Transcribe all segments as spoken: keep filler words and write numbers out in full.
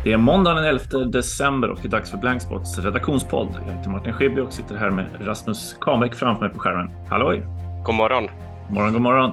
Det är måndag den elfte december och det är dags för Blankspots redaktionspodd. Jag heter Martin Schibbye och sitter här med Rasmus Kahnbäck framför mig på skärmen. Halloj! God morgon! God morgon, god morgon.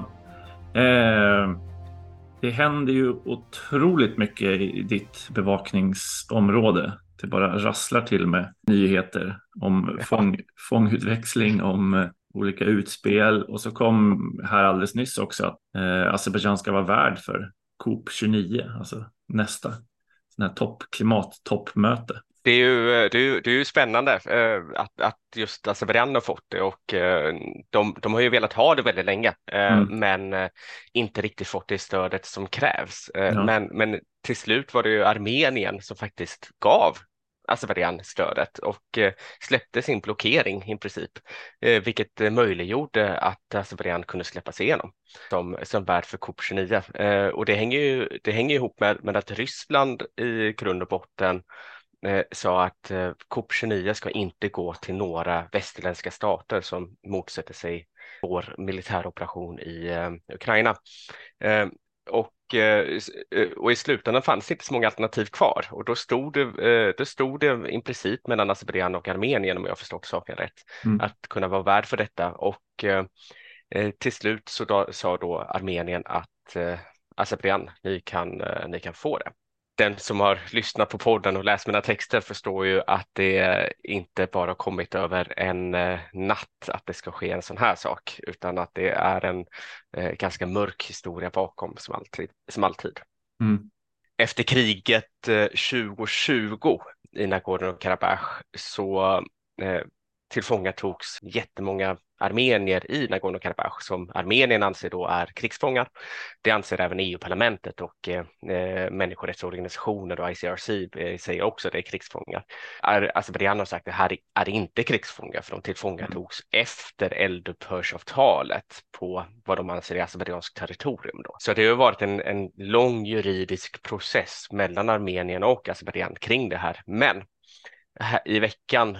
Eh, det händer ju otroligt mycket i ditt bevakningsområde. Det bara rasslar till med nyheter om Ja. fång, fångutväxling, om eh, olika utspel. Och så kom här alldeles nyss också att eh, Azerbaijan ska vara värd för COP tjugonio, alltså nästa sån här topp, klimattoppmöte. Det är ju, det är ju, det är ju spännande eh, att, att just Azerbaijan har fått det och eh, de, de har ju velat ha det väldigt länge eh, Mm. men eh, inte riktigt fått det stödet som krävs. Eh, Ja. men, men till slut var det ju Armenien som faktiskt gav Azerbaijan stödet och eh, släppte sin blockering i princip, eh, vilket eh, möjliggjorde att Azerbaijan kunde släppas igenom som, som värd för COP tjugonio. Eh, och det hänger ju det hänger ihop med, med att Ryssland i grund och botten eh, sa att eh, COP tjugonio ska inte gå till några västerländska stater som motsätter sig vår militäroperation i eh, Ukraina. Eh, och, eh, och i slutändan fanns det inte så många alternativ kvar och då stod det, eh, då stod det i princip mellan Azerbaijan och Armenien, om jag har förstått saken rätt, Mm. att kunna vara värd för detta. Och eh, till slut så då, sa då Armenien att eh, Azerbaijan, ni kan, eh, ni kan få det. Den som har lyssnat på podden och läst mina texter förstår ju att det inte bara har kommit över en eh, natt att det ska ske en sån här sak, utan att det är en eh, ganska mörk historia bakom som alltid. Som alltid. Mm. Efter kriget eh, tjugo tjugo i Nagorno-Karabach så eh, tillfångatogs jättemånga armenier i Nagorno-Karabach som Armenien anser då är krigsfångar. Det anser även E U-parlamentet och eh, människorättsorganisationer och I C R C eh, säger också att det är krigsfångar. Azerbaijan har sagt att det här är inte krigsfångar för de tillfångatogs mm. efter eldupphörsavtalet på vad de anser är azerbaijanskt territorium. Då. Så det har varit en, en lång juridisk process mellan Armenien och Azerbaijan kring det här. Men här, i veckan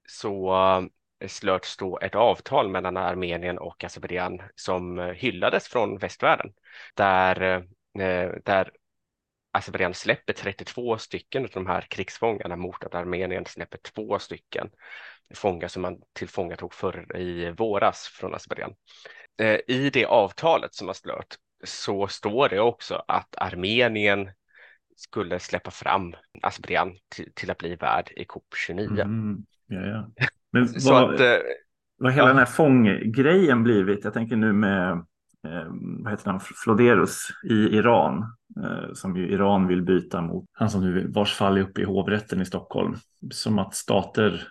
så slöts då ett avtal mellan Armenien och Azerbaijan som hyllades från västvärlden, där, eh, där Azerbaijan släpper trettiotvå stycken av de här krigsfångarna mot att Armenien släpper två stycken fångar som man tillfångatog förr i våras från Azerbaijan. Eh, I det avtalet som har slöt så står det också att Armenien skulle släppa fram Azerbaijan till, till att bli värd i COP tjugonio. Mm. Ja, ja. Men Så vad, att, eh, vad hela ja. den här fånggrejen blivit? Jag tänker nu med eh, vad heter han? Floderus i Iran, eh, som ju Iran vill byta mot han som nu vars fall är uppe i hovrätten i Stockholm. Som att stater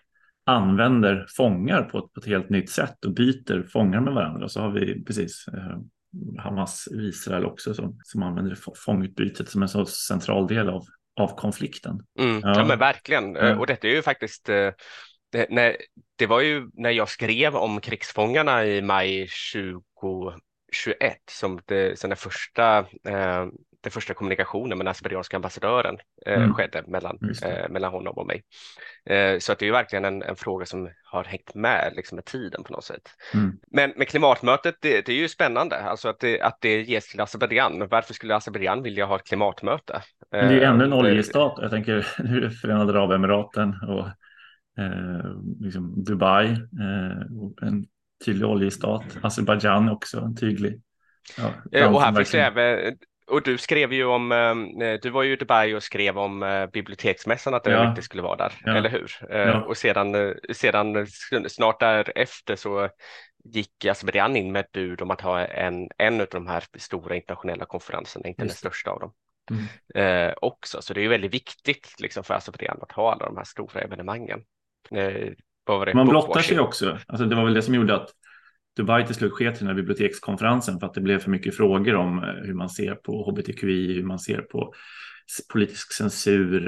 använder fångar på ett, på ett helt nytt sätt och byter fångar med varandra. Så har vi precis eh, Hamas i Israel också som, som använder fångutbytet som en så central del av, av konflikten. Mm, ja. ja men verkligen. Ja. Och detta är ju faktiskt det, när, det var ju när jag skrev om krigsfångarna i maj tjugohundratjugoett som det, som den första eh, den första kommunikationen med den azerbaijanska ambassadören eh, Mm. skedde mellan, eh, mellan honom och mig. Eh, så att det är ju verkligen en, en fråga som har hängt med, liksom, med tiden på något sätt. Mm. Men med klimatmötet, det, det är ju spännande alltså att, det, att det ges till Azerbaijan. Varför skulle Azerbaijan vilja ha ett klimatmöte? Men det är ju ännu en eh, oljestat. Jag tänker nu är det Förenade Arabemiraten och eh, liksom Dubai, eh, en tydlig oljestat. Azerbaijan också en tydlig. Ja, och här finns verkligen... det även. Och du skrev ju om, eh, du var ju i Dubai och skrev om eh, biblioteksmässan, att den ja. inte skulle vara där, ja. eller hur? Eh, ja. Och sedan, eh, sedan snart därefter så gick Azerbaijan in med ett bud om att ha en, en av de här stora internationella konferenserna, inte Just den största av dem, mm. eh, också. Så det är ju väldigt viktigt liksom, för Azerbaijan att ha alla de här stora evenemangen. Eh, vad var det? Man blottar sig också. Alltså, det var väl det som gjorde att Dubai till slut sket till den här bibliotekskonferensen för att det blev för mycket frågor om hur man ser på H B T Q I, hur man ser på politisk censur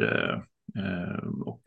och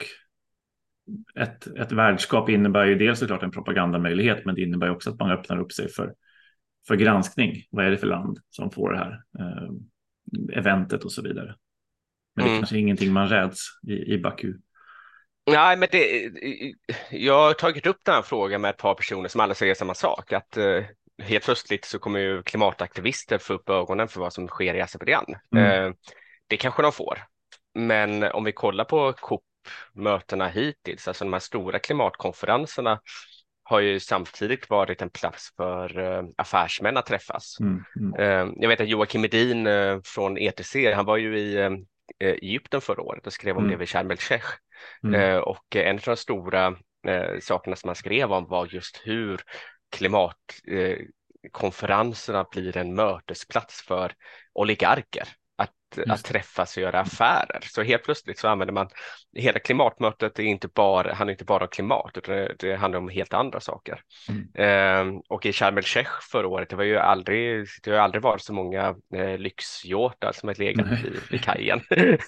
ett, ett värdskap innebär ju dels såklart en propagandamöjlighet, men det innebär också att man öppnar upp sig för, för granskning. Vad är det för land som får det här eventet och så vidare. Men det är mm. kanske ingenting man räds i, i Baku. Nej, men det, jag har tagit upp den här frågan med ett par personer som alla säger samma sak. Att uh, helt plötsligt så kommer ju klimataktivister få upp ögonen för vad som sker i Azerbaijan. Mm. Uh, det kanske de får. Men om vi kollar på C O P-mötena hittills, alltså de här stora klimatkonferenserna har ju samtidigt varit en plats för uh, affärsmän att träffas. Mm, mm. Uh, jag vet att Joakim Edin uh, från E T C, han var ju i uh, Egypten förra året och skrev om Mm. det vid Sharm el-Sheikh. Mm. Uh, och en av de stora uh, sakerna som han skrev om var just hur klimatkonferenserna uh, blir en mötesplats för oligarker. Att träffas och göra affärer. Så helt plötsligt så använder man hela klimatmötet är inte bara, handlar inte bara om klimat, utan det, det handlar om helt andra saker. Mm. Eh, och i Sharm el-Sheikh förra året, det var ju aldrig, det har ju aldrig varit så många eh, lyxyachter som har legat vid, vid kajen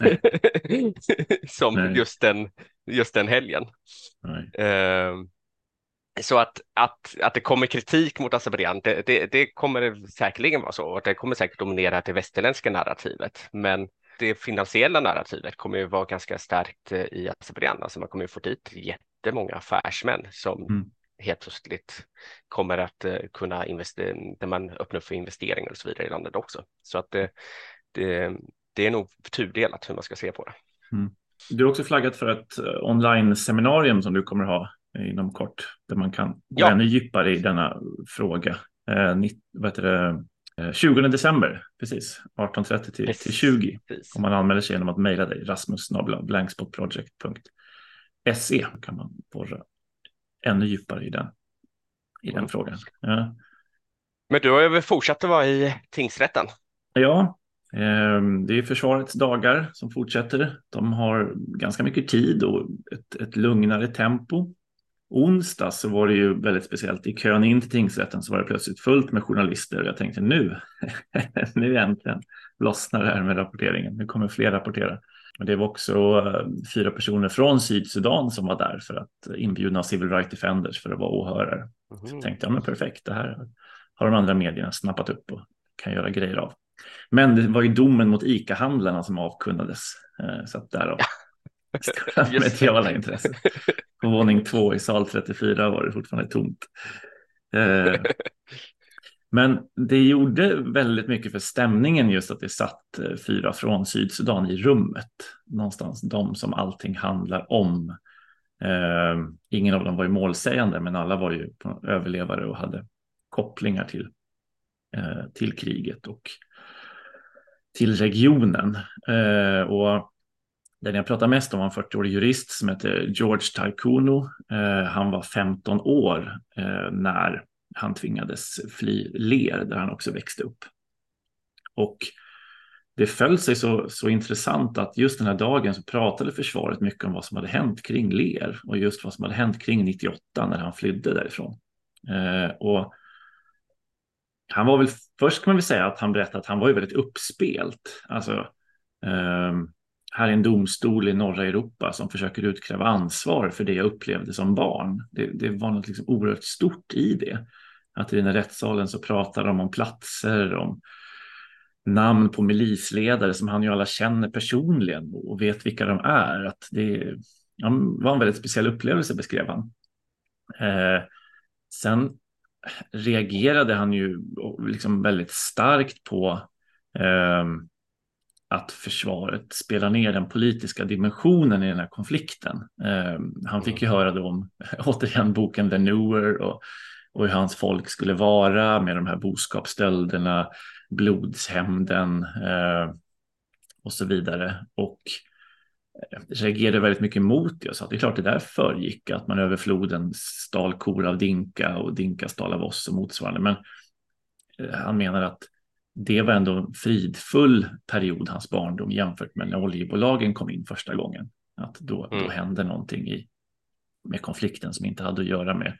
som Nej. just den, just den helgen. Eh, Så att, att, att det kommer kritik mot Azerbajdzjan, det, det, det kommer det säkerligen vara så. Och det kommer säkert dominera det västerländska narrativet. Men det finansiella narrativet kommer ju vara ganska starkt i Azerbajdzjan. Alltså man kommer ju få dit jättemånga affärsmän som mm. helt plötsligt kommer att uh, kunna investera, där man öppnar för investeringar och så vidare i landet också. Så att det, det, det är nog tudelat hur man ska se på det. Mm. Du har också flaggat för ett online-seminarium som du kommer ha inom kort, där man kan gå ja. ännu djupare i denna fråga. Eh, nitt, vad heter det? Eh, tjugonde december, precis, arton trettio till, till tjugo. Precis. Om man anmäler sig genom att mejla dig, rasmus snabel-a blankspotproject punkt se, kan man borra ännu djupare i den, i den mm. frågan. Ja. Men du har ju väl fortsatt att vara i tingsrätten? Ja, eh, det är försvarets dagar som fortsätter. De har ganska mycket tid och ett, ett lugnare tempo. Onsdag så var det ju väldigt speciellt. I kön in till tingsrätten så var det plötsligt fullt med journalister. Jag tänkte nu, nu äntligen lossnar det här med rapporteringen. Nu kommer fler rapportera. Och det var också fyra personer från Sydsudan som var där för att inbjudna Civil Rights Defenders för att vara åhörare. Mm. Så jag tänkte, ja men perfekt, det här har de andra medierna snappat upp och kan göra grejer av. Men det var ju domen mot ICA-handlarna som avkunnades. Så att därav stora mediala intresse. På våning två i sal trettiofyra var det fortfarande tomt. Eh, men det gjorde väldigt mycket för stämningen just att det satt fyra från Sydsudan i rummet. Någonstans de som allting handlar om. Eh, ingen av dem var ju målsägande, men alla var ju överlevare och hade kopplingar till, eh, till kriget och till regionen. Eh, och den jag pratar mest om var en fyrtioårig jurist som heter George Tarkuno. Eh, han var femton år eh, när han tvingades fly Ler, där han också växte upp. Och det föll sig så, så intressant att just den här dagen så pratade försvaret mycket om vad som hade hänt kring Ler och just vad som hade hänt kring nittioåtta när han flydde därifrån. Eh, och han var väl, först kan man väl säga att han berättade att han var ju väldigt uppspelt. Alltså... Eh, här är en domstol i norra Europa som försöker utkräva ansvar för det jag upplevde som barn. Det, det var något liksom oerhört stort i det. Att i den här rättssalen så pratar de om platser, om namn på milisledare som han ju alla känner personligen och vet vilka de är. Att det ja, var en väldigt speciell upplevelse, beskrev han. Eh, sen reagerade han ju liksom väldigt starkt på eh, att försvaret spelar ner den politiska dimensionen i den här konflikten. Eh, han fick ju höra då om, återigen, boken The Newer och, och hur hans folk skulle vara med de här boskapsstölderna, blodshämnden eh, och så vidare. Och reagerade väldigt mycket mot det och sa att det är klart det där förgick, att man över floden stal kor av Dinka och Dinka stal av oss och motsvarande. Men eh, han menar att det var ändå en fridfull period, hans barndom, jämfört med när oljebolagen kom in första gången. Att då, mm. då hände någonting i, med konflikten som inte hade att göra med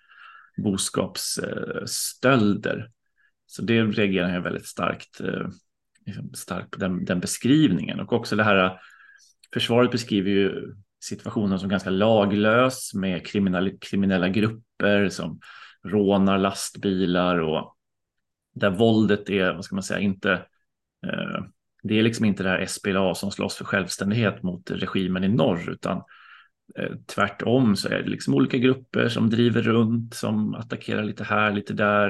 boskapsstölder. Så det reagerar jag väldigt starkt, starkt på den, den beskrivningen. Och också det här, försvaret beskriver ju situationen som ganska laglös med kriminella, kriminella grupper som rånar lastbilar och där våldet är, vad ska man säga, inte eh, det är liksom inte det här S P L A som slåss för självständighet mot regimen i norr, utan eh, tvärtom så är det liksom olika grupper som driver runt, som attackerar lite här, lite där.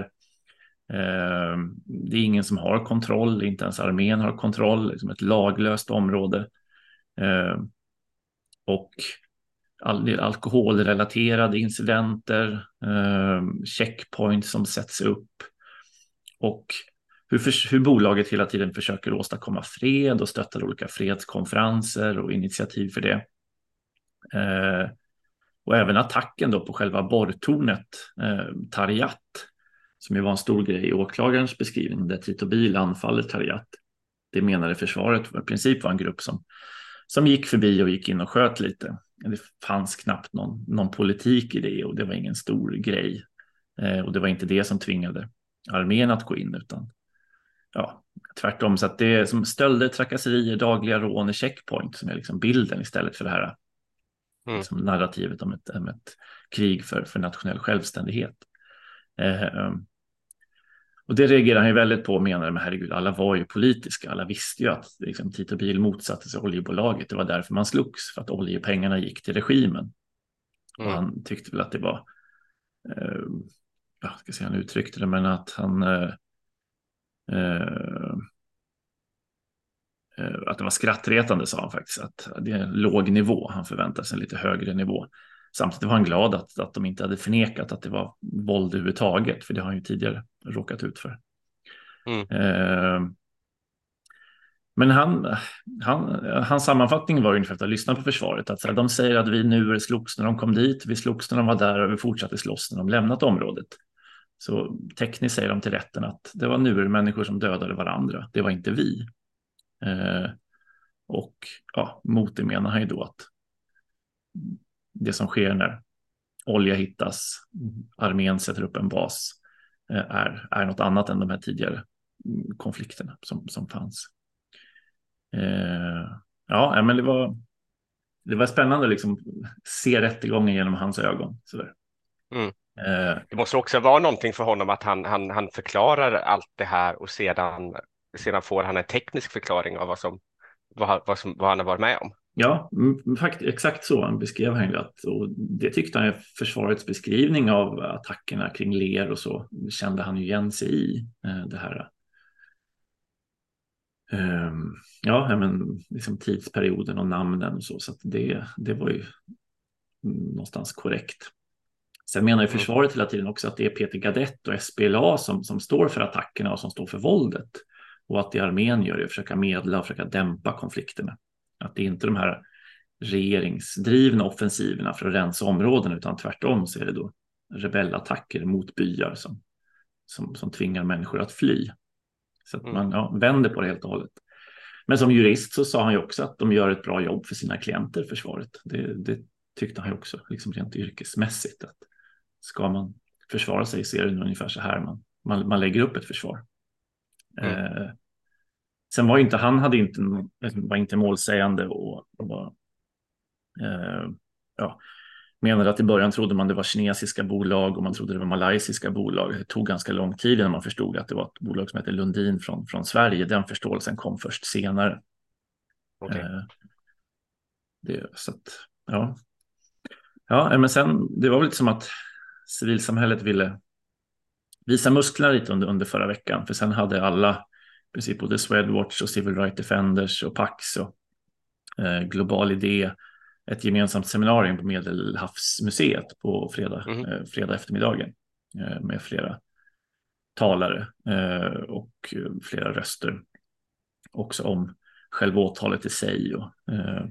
Eh, det är ingen som har kontroll, inte ens armén har kontroll, liksom ett laglöst område. Eh, och all, alkoholrelaterade incidenter, eh, checkpoints som sätts upp och hur, för, hur bolaget hela tiden försöker åstadkomma fred och stöttar olika fredskonferenser och initiativ för det. Eh, och även attacken då på själva borrtornet, eh, Tariat, som ju var en stor grej i åklagarens beskrivning, där Tito Bil anfaller Tariat. Det menade försvaret i princip var en grupp som, som gick förbi och gick in och sköt lite. Det fanns knappt någon, någon politik i det och det var ingen stor grej. Eh, och det var inte det som tvingade armén att gå in, utan ja, tvärtom. Så att det är som stölder, trakasserier, dagliga rån i checkpoint som är liksom bilden istället för det här mm. liksom narrativet om ett, om ett krig för, för nationell självständighet. Eh, och det reagerar han ju väldigt på och menar, men herregud, alla var ju politiska. Alla visste ju att liksom, Tito Bil motsatte sig oljebolaget. Det var därför man slogs, för att oljepengarna gick till regimen. Mm. Och han tyckte väl att det var, eh, ja, ska säga, han uttryckte det, men att han eh, eh, att det var skrattretande, sa han faktiskt, att det är en låg nivå. Han förväntade sig en lite högre nivå. Samtidigt var han glad att, att de inte hade förnekat att det var våld överhuvudtaget, för det har han ju tidigare råkat ut för. Mm. Eh, men han, han, hans sammanfattning var ungefär att lyssna på försvaret. Att så här, de säger att vi nu slogs när de kom dit, vi slogs när de var där och vi fortsatte slåss när de lämnat området. Så tekniskt säger de till rätten att det var nu människor som dödade varandra, det var inte vi. Eh, och ja, mot det menar han ju då att det som sker när olja hittas, armén sätter upp en bas, eh, är, är något annat än de här tidigare konflikterna som, som fanns. Eh, ja, men det var, det var spännande att liksom se rättegången genom hans ögon. Sådär. Mm. Eh, det måste också vara någonting för honom att han, han, han förklarar allt det här och sedan Sedan får han en teknisk förklaring av vad, som, vad, vad, som, vad han har varit med om. Ja, fakt, exakt så han beskrev han att, och det tyckte han, försvarets beskrivning av attackerna kring Ler och så kände han ju igen sig i det här. Um, ja, men liksom tidsperioden och namnen och så, så att det, det var ju någonstans korrekt. Sen menar ju försvaret hela tiden också att det är Peter Gadett och S P L A som, som står för attackerna och som står för våldet. Och att det armén gör är att försöka medla och försöka dämpa konflikterna. Att det är inte de här regeringsdrivna offensiverna för att rensa områden, utan tvärtom så är det då rebellattacker mot byar som, som, som tvingar människor att fly. Så att man ja, vänder på det helt och hållet. Men som jurist så sa han ju också att de gör ett bra jobb för sina klienter, försvaret. Det, det tyckte han ju också, liksom rent yrkesmässigt. Att ska man försvara sig så är det ungefär så här man, man, man lägger upp ett försvar. Mm. Eh, sen var inte han hade inte var inte målsägande och, och var, eh, ja, menade att i början trodde man det var kinesiska bolag och man trodde det var malaysiska bolag. Det tog ganska lång tid innan man förstod att det var ett bolag som heter Lundin från, från Sverige. Den förståelsen kom först senare. Okay. Eh, det, så att, ja. Ja, men sen det var väl lite som att civilsamhället ville visa musklerna lite under, under förra veckan, för sen hade alla i princip både Swedwatch och Civil Rights Defenders och Pax och eh, Global Idé ett gemensamt seminarium på Medelhavsmuseet på fredag, mm. eh, fredag eftermiddagen eh, med flera talare eh, och flera röster också om själva åtalet i sig och eh,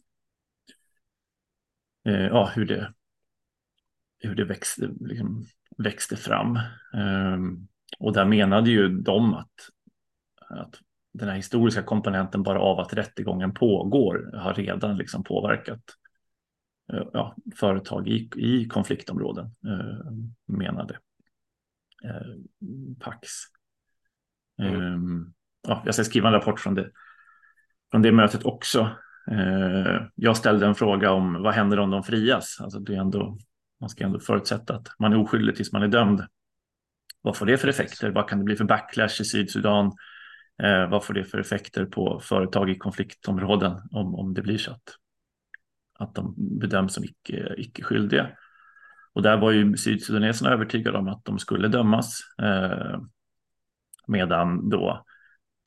eh, ja, hur det hur det växte, liksom, växte fram. Eh, och där menade ju de att att den här historiska komponenten bara av att rättegången pågår har redan liksom påverkat ja, företag i, i konfliktområden, eh, menade eh, Pax. Mm. Eh, ja, jag ska skriva en rapport från det, från det mötet också. Eh, jag ställde en fråga om vad händer om de frias? Alltså det är ändå, man ska ändå förutsätta att man är oskyldig tills man är dömd. Vad får det för effekter? Vad kan det bli för backlash i Sydsudan? Eh, vad får det för effekter på företag i konfliktområden om, om det blir så att, att de bedöms som icke, icke skyldiga? Och där var ju sydsudaneserna övertygade om att de skulle dömas, eh, medan då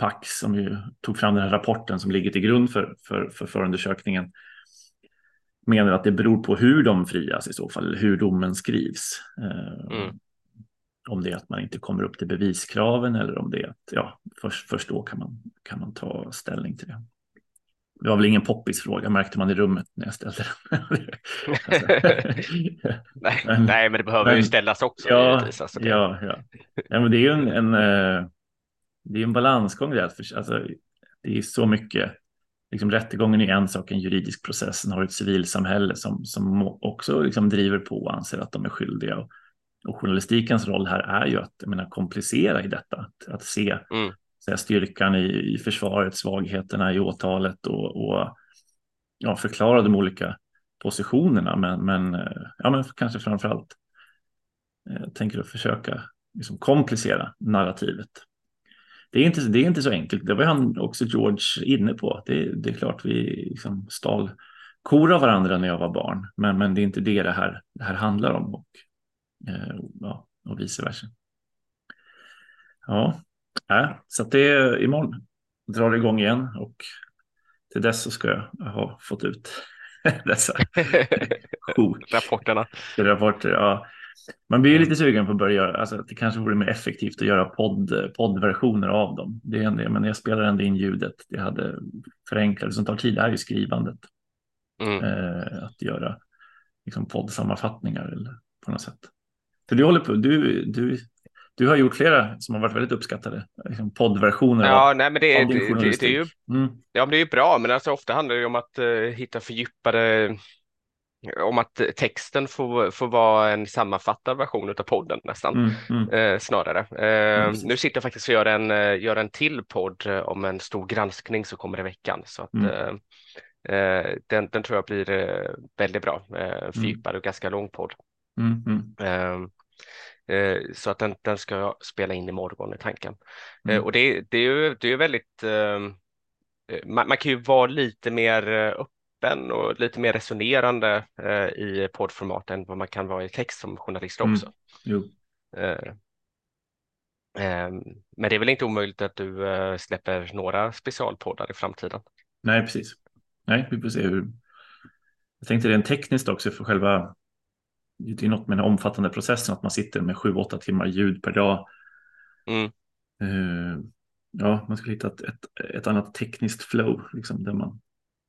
Pax som ju tog fram den här rapporten som ligger till grund för, för, för förundersökningen menar att det beror på hur de frias i så fall, eller hur domen skrivs. Eh, Mm. Om det är att man inte kommer upp till beviskraven eller om det är att, ja, först, först då kan man, kan man ta ställning till det. Det var väl ingen poppisfråga, märkte man i rummet när jag ställde den. alltså, nej, men, nej, men det behöver men, ju ställas också ja, givetvis. Alltså det... ja, ja. ja men det är ju en, en, eh, det är en balansgång där. För, alltså, det är så mycket, liksom, rättegången är en sak, en juridisk process. Sen har vi ett civilsamhälle som, som också liksom driver på och anser att de är skyldiga. Och, och journalistikens roll här är ju att, jag menar, komplicera i detta. Att, att se Mm. säga, styrkan i, i försvaret, svagheterna i åtalet och, och ja, förklara de olika positionerna. Men, men, ja, men kanske framförallt jag tänker att försöka liksom komplicera narrativet. Det är, inte, det är inte så enkelt. Det var han också George inne på. Det, det är klart vi liksom stal kor av varandra när jag var barn. Men, men det är inte det det här, det här handlar om. Och, eh, ja, och vice versa. Ja, äh, så att det är imorgon. Drar igång igen. Och till dess så ska jag ha fått ut dessa rapporterna. rapporter. Ja. Man blir ju lite sugen på att börja göra, alltså att det kanske vore mer effektivt att göra podd, poddversioner av dem. Det är en, men jag spelar ändå in ljudet. Det hade förenklat, det som tar tid här är ju skrivandet. Mm. Eh, att göra liksom poddsammanfattningar eller på något sätt. För du håller på, du, du, du har gjort flera som har varit väldigt uppskattade, liksom poddversioner Ja, av, nej, men det, av din det, det, det är journalistik. ju Mm. ja, men det är ju bra, men alltså ofta handlar det ju om att uh, hitta fördjupade, om att texten får, får vara en sammanfattad version av podden nästan, Mm, mm. uh, snarare. Ja, Uh, nu sitter jag faktiskt och gör en, uh, gör en till podd uh, om en stor granskning som kommer i veckan, så att mm. uh, uh, den, den tror jag blir uh, väldigt bra, uh, fördjupad Mm. och ganska lång podd. Mm, mm. Uh, uh, så att den, den ska jag spela in imorgon i tanken. Uh, Mm. och det, det är ju det är ju väldigt uh, Man, man kan ju vara lite mer eh, öppen och lite mer resonerande eh, i poddformat än vad man kan vara i text som journalist Mm. också. Jo. Eh, eh, men det är väl inte omöjligt att du eh, släpper några specialpoddar i framtiden. Nej, precis. Nej, vi får se hur. Jag tänkte rent tekniskt också för själva, det är något med den omfattande processen att man sitter med sju, åtta timmar ljud per dag. Mm. Uh, ja, man skulle hitta ett, ett, ett annat tekniskt flow, liksom, där man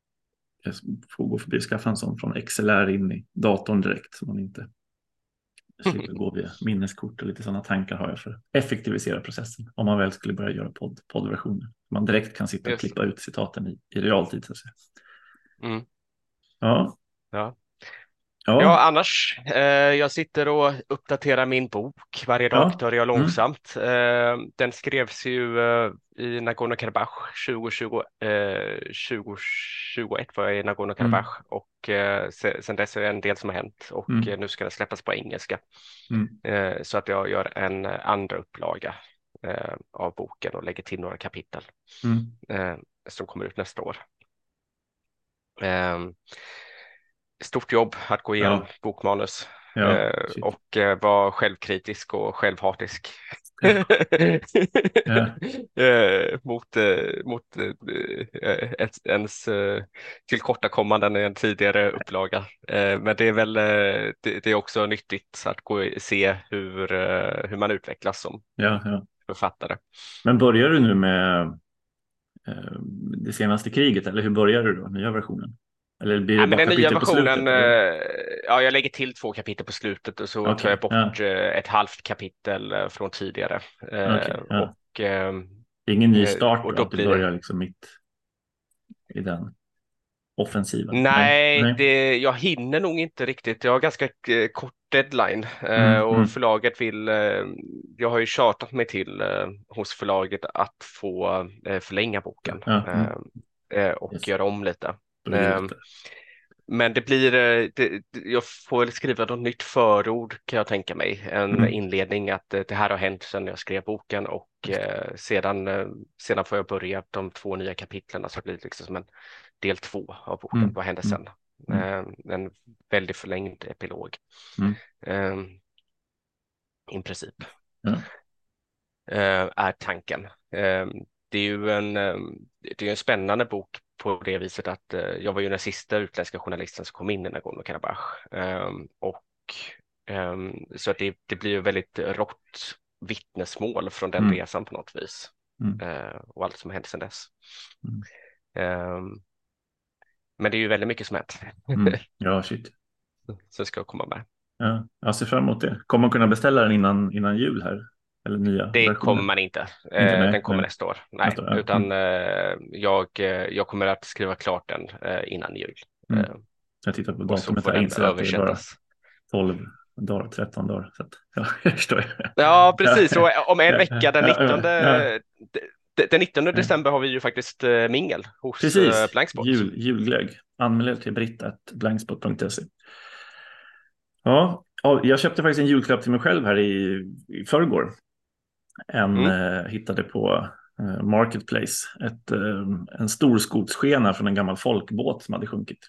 får gå förbi och skaffa en sån från X L R in i datorn direkt så man inte slipper gå via minneskort och lite sådana tankar har jag för att effektivisera processen om man väl skulle börja göra podd, poddversioner. Man direkt kan sitta och Just. klippa ut citaten i, i realtid. Så att säga. Mm. Ja. Ja. Ja. Ja, annars, eh, jag sitter och uppdaterar min bok. Varje dag Ja. tar jag Mm. långsamt. Eh, den skrevs ju eh, i Nagorno-Karabach tjugo tjugo, eh, tjugo tjugoett var jag i Nagorno-Karabach Mm. och eh, se, sen dess är det en del som har hänt och Mm. eh, nu ska den släppas på engelska. Mm. Eh, så att jag gör en andra upplaga eh, av boken och lägger till några kapitel Mm. eh, som kommer ut nästa år. Eh, Stort jobb att gå igenom Ja. bokmanus Ja. eh, Shit. och eh, vara självkritisk och självhatisk Ja. Ja. eh, mot, eh, mot eh, ett, ens eh, tillkortakommanden i en tidigare upplaga. Eh, men det är väl eh, det, det är också nyttigt att gå, se hur, eh, hur man utvecklas som Ja. Ja. författare. Men börjar du nu med eh, det senaste kriget eller hur börjar du då, nya versionen? Eller blir det Ja, men bara den nya kapitel på slutet? versionen, Eller? eh, ja, jag lägger till två kapitel på slutet och så tar Okej, jag bort ja. eh, ett halvt kapitel eh, från tidigare. Eh, Okej, ja. och, eh, Det är ingen ny eh, start och då, då att du blir det. börjar liksom mitt i den offensiven? Nej, Nej, nej. det, jag hinner nog inte riktigt. Jag har ganska eh, kort deadline eh, Mm, och mm, förlaget vill, eh, jag har ju tjatat mig till eh, hos förlaget att få eh, förlänga boken ja, eh, mm, eh, och yes. göra om lite. Då ligger det Eh, lättare. Men det blir, eh, det, jag får väl skriva något nytt förord kan jag tänka mig. En Mm, inledning att eh, det här har hänt sedan jag skrev boken och eh, sedan, eh, sedan får jag börja de två nya kapitlen så det blir liksom som en del två av boken. mm, Vad händer mm, sen? mm, Eh, en väldigt förlängd epilog. mm, Eh, I princip ja, eh, är tanken. Eh, det är ju en, det är en spännande bok på det viset att jag var ju den sista utländska journalisten som kom in i Nagorno-Karabach. Och så att det, det blir ju väldigt rått vittnesmål från den mm. resan på något vis. Mm. Och allt som hänt sedan dess. Mm. Men det är ju väldigt mycket som hänt. Mm. Ja, shit. Så ska jag komma med. Ja, jag ser fram emot det. Kommer man kunna beställa den innan, innan jul här? Eller nya det versioner? Kommer man inte. inte nej, den kommer nej. nästa år. Nej, nästa år, ja. Utan mm. jag, jag kommer att skriva klart den innan jul. Mm. Jag tittar på datumet här, inser att det är bara tolv dagar, tretton dagar. Så att, ja, jag förstår. Ja, precis. Och om en vecka, den nittonde, den nittonde december har vi ju faktiskt mingel hos precis. Blankspot. Jul, julglögg. Anmäl er till britta at blankspot punkt se. Ja, jag köpte faktiskt en julklapp till mig själv här i, i förrgår. En mm. eh, hittade på eh, Marketplace ett, eh, en stor skotsskena från en gammal folkbåt som hade sjunkit.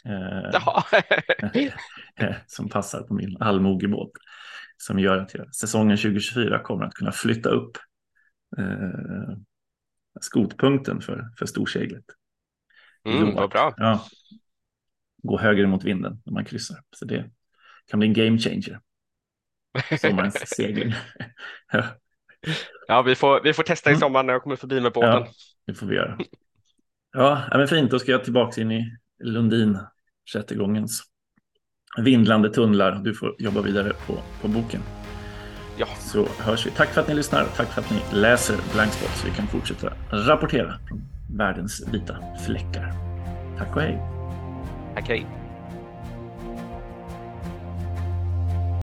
Eh, som passar på min allmogebåt. Som gör att jag, säsongen tjugo tjugofyra kommer att kunna flytta upp eh, skotpunkten för, för storseglet. Mm, vad bra. Ja, gå höger mot vinden när man kryssar. Så det kan bli en game changer. Sommarens segling. Ja. Ja, vi får, vi får testa i sommar när jag kommer förbi med båten. Ja, det får vi göra. Ja, men fint. Då ska jag tillbaka in i Lundin, sjätte gångens vindlande tunnlar. Du får jobba vidare på, på boken. Ja. Så hörs vi. Tack för att ni lyssnar. Tack för att ni läser Blankspot så vi kan fortsätta rapportera från världens vita fläckar. Tack och hej. Tack, hej.